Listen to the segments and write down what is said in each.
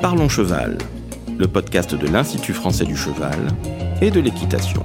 Parlons Cheval, le podcast de l'Institut français du cheval et de l'équitation.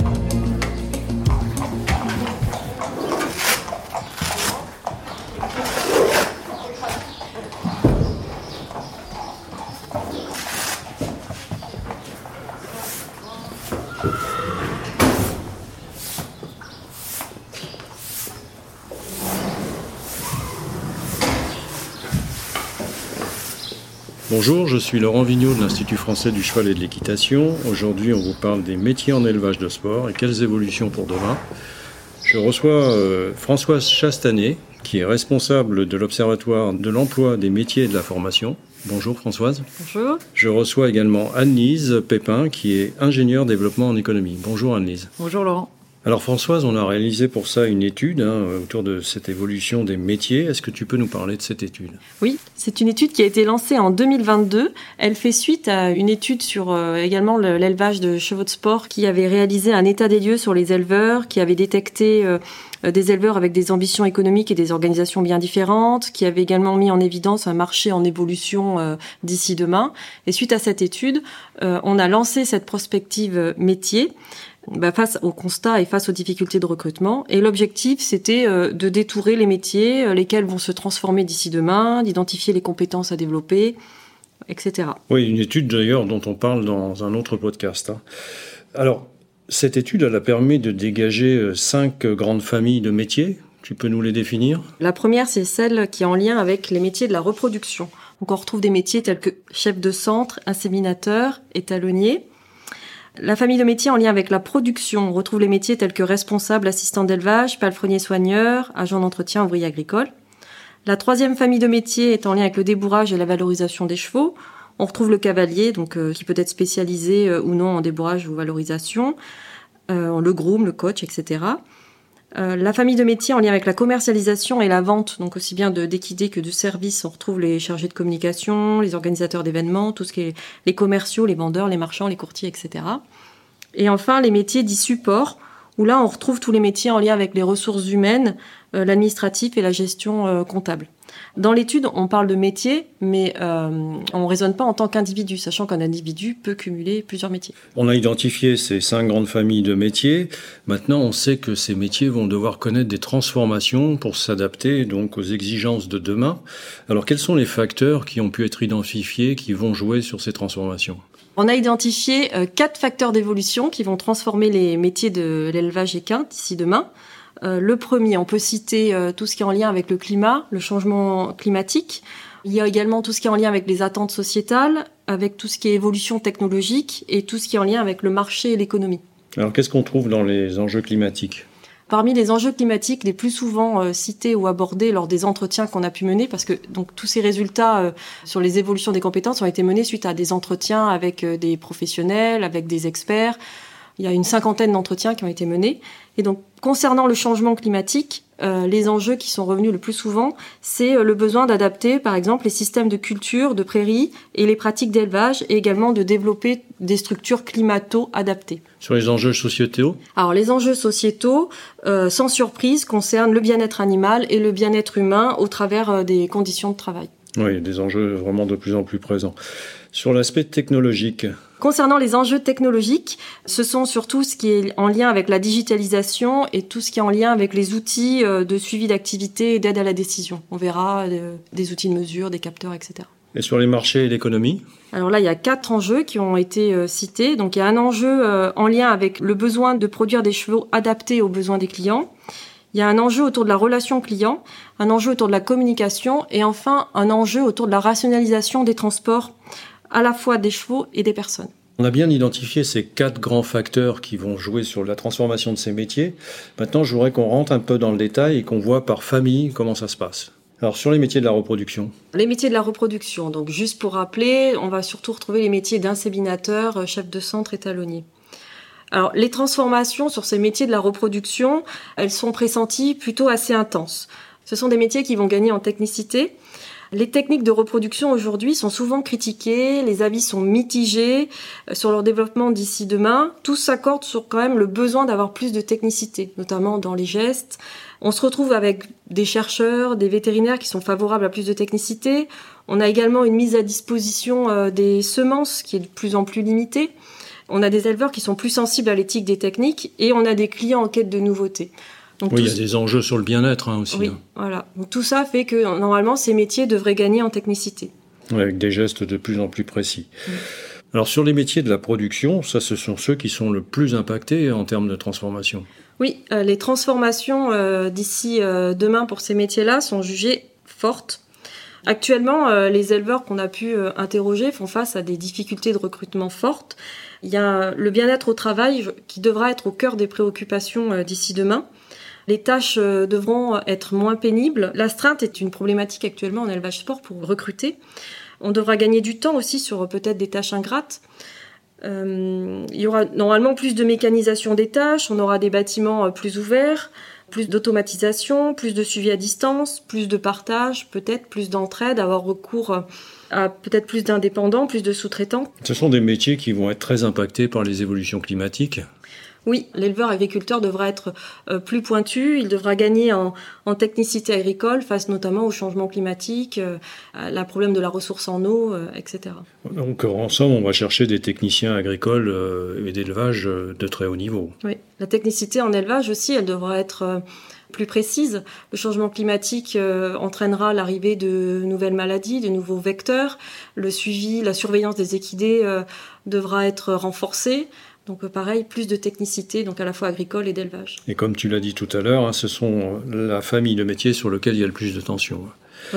Bonjour, je suis Laurent Vigneault de l'Institut français du cheval et de l'équitation. Aujourd'hui, on vous parle des métiers en élevage de sport et quelles évolutions pour demain. Je reçois Françoise Chastanet, qui est responsable de l'Observatoire de l'emploi des métiers et de la formation. Bonjour Françoise. Bonjour. Je reçois également Anne-Lise Pépin, qui est ingénieure développement en économie. Bonjour Anne-Lise. Bonjour Laurent. Alors Françoise, on a réalisé pour ça une étude autour de cette évolution des métiers. Est-ce que tu peux nous parler de cette étude ? Oui, c'est une étude qui a été lancée en 2022. Elle fait suite à une étude sur également l'élevage de chevaux de sport qui avait réalisé un état des lieux sur les éleveurs, qui avait détecté des éleveurs avec des ambitions économiques et des organisations bien différentes, qui avait également mis en évidence un marché en évolution d'ici demain. Et suite à cette étude, on a lancé cette prospective métier. Face au constat et face aux difficultés de recrutement. Et l'objectif, c'était de détourer les métiers, lesquels vont se transformer d'ici demain, d'identifier les compétences à développer, etc. Oui, une étude d'ailleurs dont on parle dans un autre podcast. Alors, cette étude, elle a permis de dégager 5 grandes familles de métiers. Tu peux nous les définir ? La première, c'est celle qui est en lien avec les métiers de la reproduction. Donc on retrouve des métiers tels que chef de centre, inséminateur, étalonnier. La famille de métiers en lien avec la production, on retrouve les métiers tels que responsable, assistant d'élevage, palefrenier soigneur, agent d'entretien, ouvrier agricole. La troisième famille de métiers est en lien avec le débourrage et la valorisation des chevaux. On retrouve le cavalier, qui peut être spécialisé ou non en débourrage ou valorisation, le groom, le coach, etc. La famille de métiers en lien avec la commercialisation et la vente, donc aussi bien d'équidés que de services. On retrouve les chargés de communication, les organisateurs d'événements, tout ce qui est les commerciaux, les vendeurs, les marchands, les courtiers, etc. Et enfin, les métiers dits support, où là, on retrouve tous les métiers en lien avec les ressources humaines, l'administratif et la gestion comptable. Dans l'étude, on parle de métier, mais on ne raisonne pas en tant qu'individu, sachant qu'un individu peut cumuler plusieurs métiers. On a identifié ces 5 grandes familles de métiers. Maintenant, on sait que ces métiers vont devoir connaître des transformations pour s'adapter donc aux exigences de demain. Alors, quels sont les facteurs qui ont pu être identifiés, qui vont jouer sur ces transformations ? On a identifié 4 facteurs d'évolution qui vont transformer les métiers de l'élevage équin d'ici demain. Le premier, on peut citer tout ce qui est en lien avec le climat, le changement climatique. Il y a également tout ce qui est en lien avec les attentes sociétales, avec tout ce qui est évolution technologique et tout ce qui est en lien avec le marché et l'économie. Alors, qu'est-ce qu'on trouve dans les enjeux climatiques ? Parmi les enjeux climatiques les plus souvent cités ou abordés lors des entretiens qu'on a pu mener, parce que donc tous ces résultats sur les évolutions des compétences ont été menés suite à des entretiens avec des professionnels, avec des experts. Il y a une 50aine d'entretiens qui ont été menés. Et donc, concernant le changement climatique, les enjeux qui sont revenus le plus souvent, c'est le besoin d'adapter, par exemple, les systèmes de culture, de prairies et les pratiques d'élevage, et également de développer des structures climato-adaptées. Sur les enjeux sociétaux ? Alors, les enjeux sociétaux, sans surprise, concernent le bien-être animal et le bien-être humain au travers des conditions de travail. Oui, des enjeux vraiment de plus en plus présents. Sur l'aspect technologique ? Concernant les enjeux technologiques, ce sont surtout ce qui est en lien avec la digitalisation et tout ce qui est en lien avec les outils de suivi d'activité et d'aide à la décision. On verra des outils de mesure, des capteurs, etc. Et sur les marchés et l'économie ? Alors là, il y a 4 enjeux qui ont été cités. Donc il y a un enjeu en lien avec le besoin de produire des chevaux adaptés aux besoins des clients. Il y a un enjeu autour de la relation client, un enjeu autour de la communication et enfin un enjeu autour de la rationalisation des transports à la fois des chevaux et des personnes. On a bien identifié ces 4 grands facteurs qui vont jouer sur la transformation de ces métiers. Maintenant, je voudrais qu'on rentre un peu dans le détail et qu'on voit par famille comment ça se passe. Alors, sur les métiers de la reproduction. Les métiers de la reproduction, donc juste pour rappeler, on va surtout retrouver les métiers d'inséminateur, chef de centre, étalonnier. Alors, les transformations sur ces métiers de la reproduction, elles sont pressenties plutôt assez intenses. Ce sont des métiers qui vont gagner en technicité, Les techniques de reproduction aujourd'hui sont souvent critiquées, les avis sont mitigés sur leur développement d'ici demain. Tous s'accordent sur quand même le besoin d'avoir plus de technicité, notamment dans les gestes. On se retrouve avec des chercheurs, des vétérinaires qui sont favorables à plus de technicité. On a également une mise à disposition des semences qui est de plus en plus limitée. On a des éleveurs qui sont plus sensibles à l'éthique des techniques et on a des clients en quête de nouveautés. Donc, oui, il y a des enjeux sur le bien-être aussi. Oui, voilà. Donc, tout ça fait que normalement, ces métiers devraient gagner en technicité. Avec des gestes de plus en plus précis. Oui. Alors sur les métiers de la production, ça, ce sont ceux qui sont le plus impactés en termes de transformation. Oui, les transformations d'ici demain pour ces métiers-là sont jugées fortes. Actuellement, les éleveurs qu'on a pu interroger font face à des difficultés de recrutement fortes. Il y a le bien-être au travail qui devra être au cœur des préoccupations d'ici demain. Les tâches devront être moins pénibles. L'astreinte est une problématique actuellement en élevage sport pour recruter. On devra gagner du temps aussi sur peut-être des tâches ingrates. Il y aura normalement plus de mécanisation des tâches, on aura des bâtiments plus ouverts, plus d'automatisation, plus de suivi à distance, plus de partage, peut-être plus d'entraide, avoir recours à peut-être plus d'indépendants, plus de sous-traitants. Ce sont des métiers qui vont être très impactés par les évolutions climatiques. Oui, l'éleveur agriculteur devra être plus pointu, il devra gagner en technicité agricole face notamment au changement climatique, à la problème de la ressource en eau, etc. Donc ensemble, on va chercher des techniciens agricoles et d'élevage de très haut niveau. Oui, la technicité en élevage aussi, elle devra être plus précise. Le changement climatique entraînera l'arrivée de nouvelles maladies, de nouveaux vecteurs. Le suivi, la surveillance des équidés devra être renforcée. Donc pareil, plus de technicité, donc à la fois agricole et d'élevage. Et comme tu l'as dit tout à l'heure, ce sont la famille de métiers sur lequel il y a le plus de tension. Oui.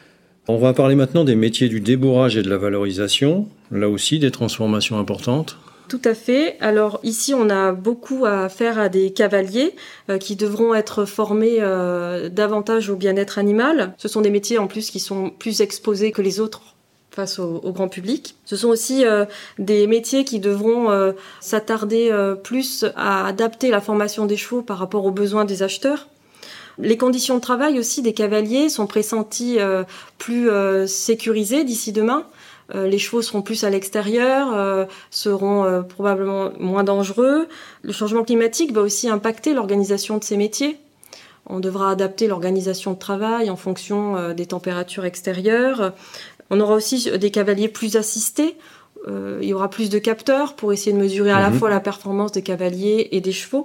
On va parler maintenant des métiers du débourrage et de la valorisation. Là aussi, des transformations importantes. Tout à fait. Alors ici, on a beaucoup à faire à des cavaliers qui devront être formés davantage au bien-être animal. Ce sont des métiers en plus qui sont plus exposés que les autres face au grand public. Ce sont aussi des métiers qui devront s'attarder plus à adapter la formation des chevaux par rapport aux besoins des acheteurs. Les conditions de travail aussi des cavaliers sont pressenties plus sécurisées d'ici demain. Les chevaux seront plus à l'extérieur, seront probablement moins dangereux. Le changement climatique va aussi impacter l'organisation de ces métiers. On devra adapter l'organisation de travail en fonction des températures extérieures. On aura aussi des cavaliers plus assistés. Il y aura plus de capteurs pour essayer de mesurer à la fois la performance des cavaliers et des chevaux.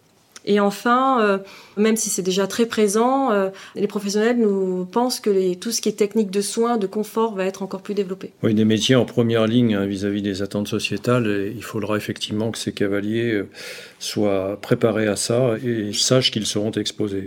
Et enfin, même si c'est déjà très présent, les professionnels nous pensent que tout ce qui est technique de soins, de confort, va être encore plus développé. Oui, des métiers en première ligne vis-à-vis des attentes sociétales. Et il faudra effectivement que ces cavaliers soient préparés à ça et sachent qu'ils seront exposés.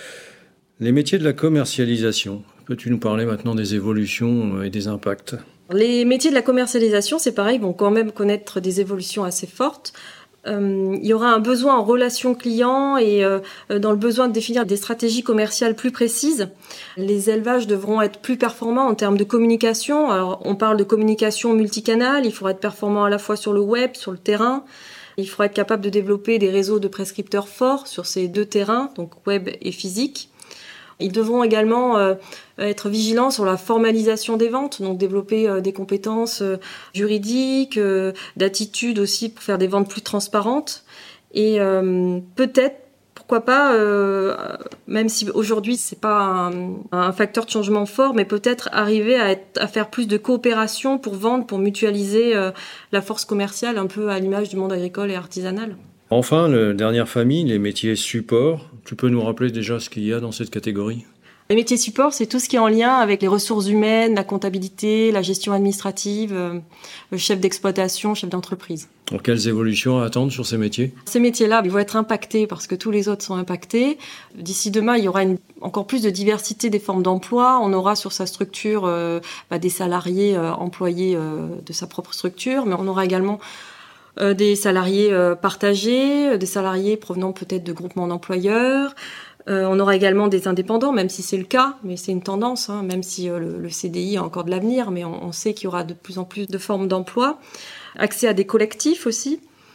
Les métiers de la commercialisation. Peux-tu nous parler maintenant des évolutions et des impacts ? Les métiers de la commercialisation, c'est pareil, vont quand même connaître des évolutions assez fortes. Il y aura un besoin en relation client et dans le besoin de définir des stratégies commerciales plus précises. Les élevages devront être plus performants en termes de communication. Alors, on parle de communication multicanale, il faudra être performant à la fois sur le web, sur le terrain. Il faudra être capable de développer des réseaux de prescripteurs forts sur ces deux terrains, donc web et physique. Ils devront également être vigilants sur la formalisation des ventes, donc développer des compétences juridiques, d'attitude aussi pour faire des ventes plus transparentes. Et peut-être, pourquoi pas, même si aujourd'hui c'est pas un facteur de changement fort, mais peut-être arriver à faire plus de coopération pour vendre, pour mutualiser la force commerciale, un peu à l'image du monde agricole et artisanal. Enfin, la dernière famille, les métiers support. Tu peux nous rappeler déjà ce qu'il y a dans cette catégorie ? Les métiers support, c'est tout ce qui est en lien avec les ressources humaines, la comptabilité, la gestion administrative, le chef d'exploitation, chef d'entreprise. Alors, quelles évolutions à attendre sur ces métiers ? Ces métiers-là, ils vont être impactés parce que tous les autres sont impactés. D'ici demain, il y aura encore plus de diversité des formes d'emploi. On aura sur sa structure des salariés employés de sa propre structure, mais on aura également des salariés partagés, des salariés provenant peut-être de groupements d'employeurs. On aura également des indépendants, même si c'est le cas, mais c'est une tendance, même si le CDI a encore de l'avenir, mais on sait qu'il y aura de plus en plus de formes d'emploi. Accès à des collectifs aussi.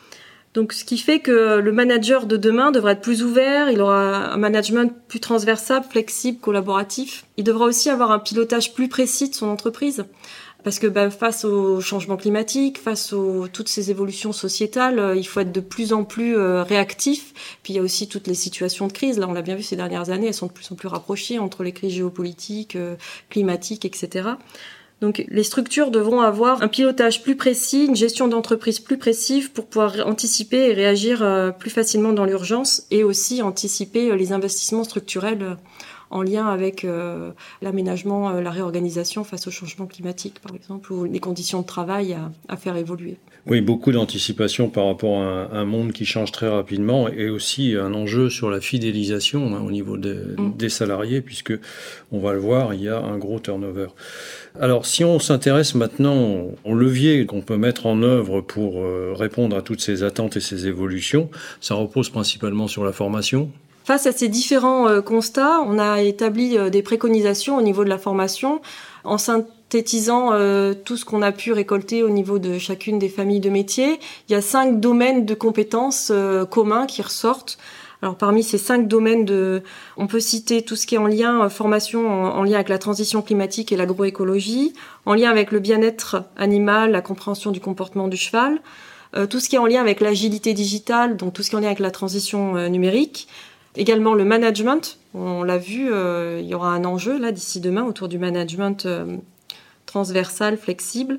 Donc, ce qui fait que le manager de demain devra être plus ouvert, il aura un management plus transversal, flexible, collaboratif. Il devra aussi avoir un pilotage plus précis de son entreprise. Parce que face au changement climatique, face à toutes ces évolutions sociétales, il faut être de plus en plus réactif. Puis il y a aussi toutes les situations de crise. Là, on l'a bien vu ces dernières années, elles sont de plus en plus rapprochées entre les crises géopolitiques, climatiques, etc. Donc les structures devront avoir un pilotage plus précis, une gestion d'entreprise plus précise pour pouvoir anticiper et réagir plus facilement dans l'urgence et aussi anticiper les investissements structurels en lien avec l'aménagement, la réorganisation face au changement climatique, par exemple, ou les conditions de travail à faire évoluer. Oui, beaucoup d'anticipation par rapport à un monde qui change très rapidement et aussi un enjeu sur la fidélisation au niveau des salariés, puisque, on va le voir, il y a un gros turnover. Alors, si on s'intéresse maintenant aux leviers qu'on peut mettre en œuvre pour répondre à toutes ces attentes et ces évolutions, ça repose principalement sur la formation. Face à ces différents constats, on a établi des préconisations au niveau de la formation en synthétisant tout ce qu'on a pu récolter au niveau de chacune des familles de métiers. Il y a 5 domaines de compétences communs qui ressortent. Alors parmi ces 5 domaines, on peut citer tout ce qui est en lien, formation en lien avec la transition climatique et l'agroécologie, en lien avec le bien-être animal, la compréhension du comportement du cheval, tout ce qui est en lien avec l'agilité digitale, donc tout ce qui est en lien avec la transition numérique. Également le management, on l'a vu, il y aura un enjeu là d'ici demain autour du management transversal, flexible.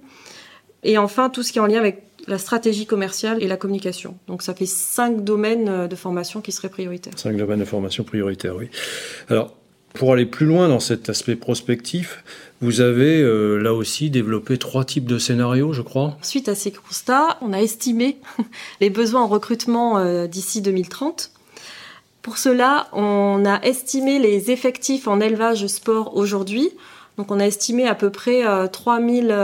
Et enfin, tout ce qui est en lien avec la stratégie commerciale et la communication. Donc ça fait 5 domaines de formation qui seraient prioritaires. 5 domaines de formation prioritaires, oui. Alors, pour aller plus loin dans cet aspect prospectif, vous avez là aussi développé 3 types de scénarios, je crois. Suite à ces constats, on a estimé les besoins en recrutement d'ici 2030. Pour cela, on a estimé les effectifs en élevage sport aujourd'hui. Donc on a estimé à peu près 3000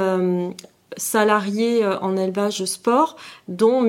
salariés en élevage sport, dont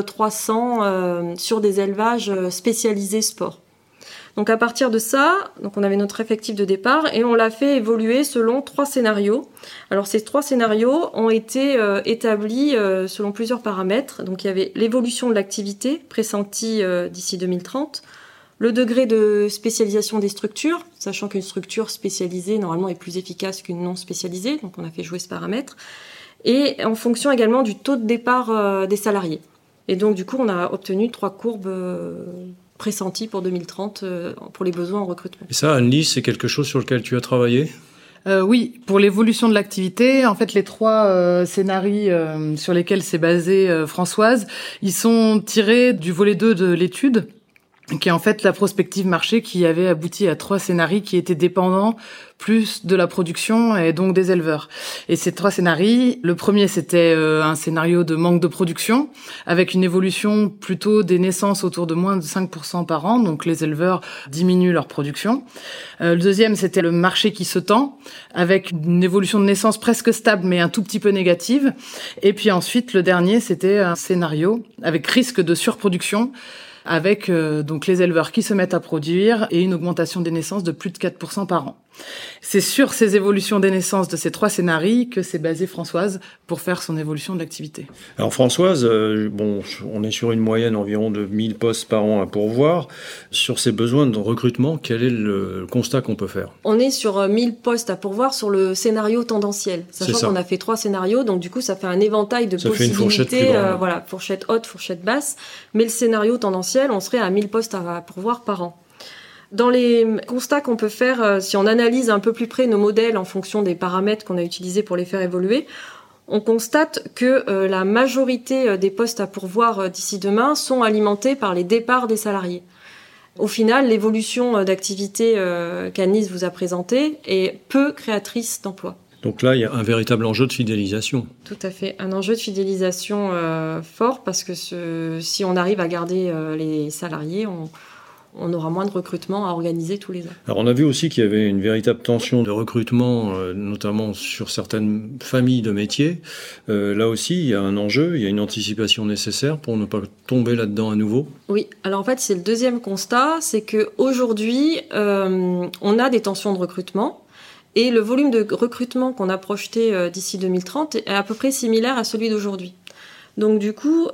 1300 sur des élevages spécialisés sport. Donc à partir de ça, donc on avait notre effectif de départ et on l'a fait évoluer selon 3 scénarios. Alors ces 3 scénarios ont été établis selon plusieurs paramètres. Donc il y avait l'évolution de l'activité pressentie d'ici 2030, le degré de spécialisation des structures, sachant qu'une structure spécialisée, normalement, est plus efficace qu'une non spécialisée, donc on a fait jouer ce paramètre, et en fonction également du taux de départ des salariés. Et donc, du coup, on a obtenu 3 courbes pressenties pour 2030 pour les besoins en recrutement. Et ça, Anne-Lise, c'est quelque chose sur lequel tu as travaillé ? Oui, pour l'évolution de l'activité, en fait, les 3 scénarios sur lesquels s'est basée Françoise, ils sont tirés du volet 2 de l'étude, qui est en fait la prospective marché qui avait abouti à 3 scénarios qui étaient dépendants plus de la production et donc des éleveurs. Et ces 3 scénarios, le premier c'était un scénario de manque de production avec une évolution plutôt des naissances autour de moins de 5% par an, donc les éleveurs diminuent leur production. Le deuxième c'était le marché qui se tend avec une évolution de naissance presque stable mais un tout petit peu négative. Et puis ensuite le dernier c'était un scénario avec risque de surproduction avec donc les éleveurs qui se mettent à produire et une augmentation des naissances de plus de 4% par an. C'est sur ces évolutions des naissances de ces 3 scénarios que s'est basée Françoise pour faire son évolution de l'activité. Alors Françoise, on est sur une moyenne environ de 1000 postes par an à pourvoir. Sur ces besoins de recrutement, quel est le constat qu'on peut faire ? On est sur 1000 postes à pourvoir sur le scénario tendanciel, sachant qu'on a fait 3 scénarios, donc du coup ça fait un éventail de possibilités. Fait une fourchette plus grande. Voilà, fourchette haute, fourchette basse, mais le scénario tendanciel, on serait à 1000 postes à pourvoir par an. Dans les constats qu'on peut faire, si on analyse un peu plus près nos modèles en fonction des paramètres qu'on a utilisés pour les faire évoluer, on constate que la majorité des postes à pourvoir d'ici demain sont alimentés par les départs des salariés. Au final, l'évolution d'activité qu'Anne-Lise vous a présentée est peu créatrice d'emplois. Donc là, il y a un véritable enjeu de fidélisation. Tout à fait, un enjeu de fidélisation fort parce que si on arrive à garder les salariés, on aura moins de recrutement à organiser tous les ans. Alors on a vu aussi qu'il y avait une véritable tension de recrutement, notamment sur certaines familles de métiers. Là aussi, il y a un enjeu, il y a une anticipation nécessaire pour ne pas tomber là-dedans à nouveau. Oui, alors en fait, c'est le deuxième constat, c'est qu'aujourd'hui, on a des tensions de recrutement. Et le volume de recrutement qu'on a projeté d'ici 2030 est à peu près similaire à celui d'aujourd'hui. Donc du coup,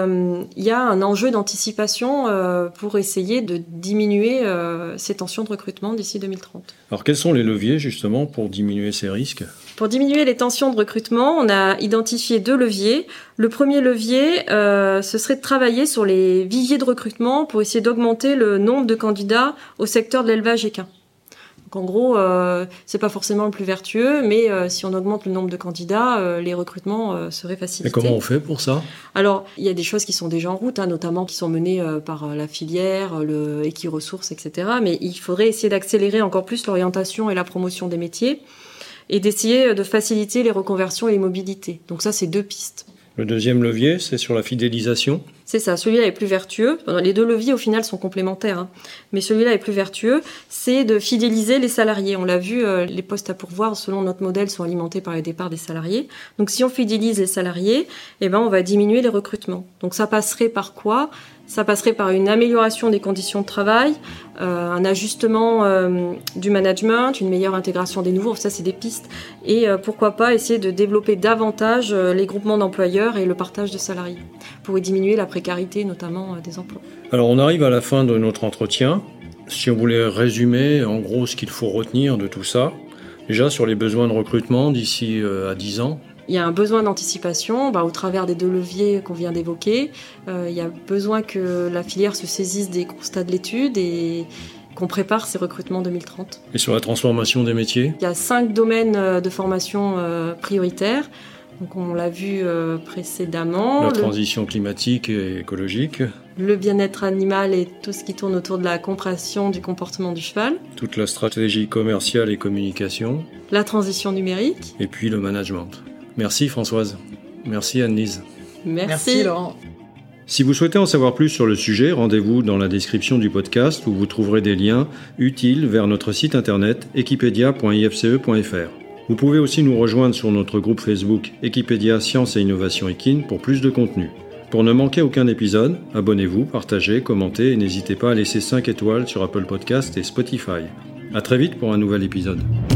il y a un enjeu d'anticipation pour essayer de diminuer ces tensions de recrutement d'ici 2030. Alors quels sont les leviers justement pour diminuer ces risques ? Pour diminuer les tensions de recrutement, on a identifié 2 leviers. Le premier levier, ce serait de travailler sur les viviers de recrutement pour essayer d'augmenter le nombre de candidats au secteur de l'élevage équin. Donc en gros, c'est pas forcément le plus vertueux, mais si on augmente le nombre de candidats, les recrutements seraient facilités. Et comment on fait pour ça ? Alors, il y a des choses qui sont déjà en route, notamment qui sont menées par la filière, le Equiresources, etc. Mais il faudrait essayer d'accélérer encore plus l'orientation et la promotion des métiers et d'essayer de faciliter les reconversions et les mobilités. Donc ça, c'est 2 pistes. Le deuxième levier, c'est sur la fidélisation. C'est ça, celui-là est plus vertueux. Les 2 leviers, au final, sont complémentaires. Mais celui-là est plus vertueux, c'est de fidéliser les salariés. On l'a vu, les postes à pourvoir, selon notre modèle, sont alimentés par les départs des salariés. Donc si on fidélise les salariés, on va diminuer les recrutements. Donc ça passerait par quoi ? Ça passerait par une amélioration des conditions de travail, un ajustement du management, une meilleure intégration des nouveaux, ça c'est des pistes. Et pourquoi pas essayer de développer davantage les groupements d'employeurs et le partage de salariés, pour diminuer la précarité notamment des emplois. Alors on arrive à la fin de notre entretien. Si on voulait résumer en gros ce qu'il faut retenir de tout ça, déjà sur les besoins de recrutement d'ici à 10 ans, il y a un besoin d'anticipation au travers des 2 leviers qu'on vient d'évoquer. Il y a besoin que la filière se saisisse des constats de l'étude et qu'on prépare ces recrutements 2030. Et sur la transformation des métiers ? Il y a 5 domaines de formation prioritaires. Donc on l'a vu précédemment. La transition climatique et écologique. Le bien-être animal et tout ce qui tourne autour de la compréhension du comportement du cheval. Toute la stratégie commerciale et communication. La transition numérique. Et puis le management. Merci Françoise. Merci Anne-Lise. Merci Laurent. Si vous souhaitez en savoir plus sur le sujet, rendez-vous dans la description du podcast où vous trouverez des liens utiles vers notre site internet equipedia.ifce.fr. Vous pouvez aussi nous rejoindre sur notre groupe Facebook Equipedia Sciences et Innovation Équine pour plus de contenu. Pour ne manquer aucun épisode, abonnez-vous, partagez, commentez et n'hésitez pas à laisser 5 étoiles sur Apple Podcasts et Spotify. À très vite pour un nouvel épisode.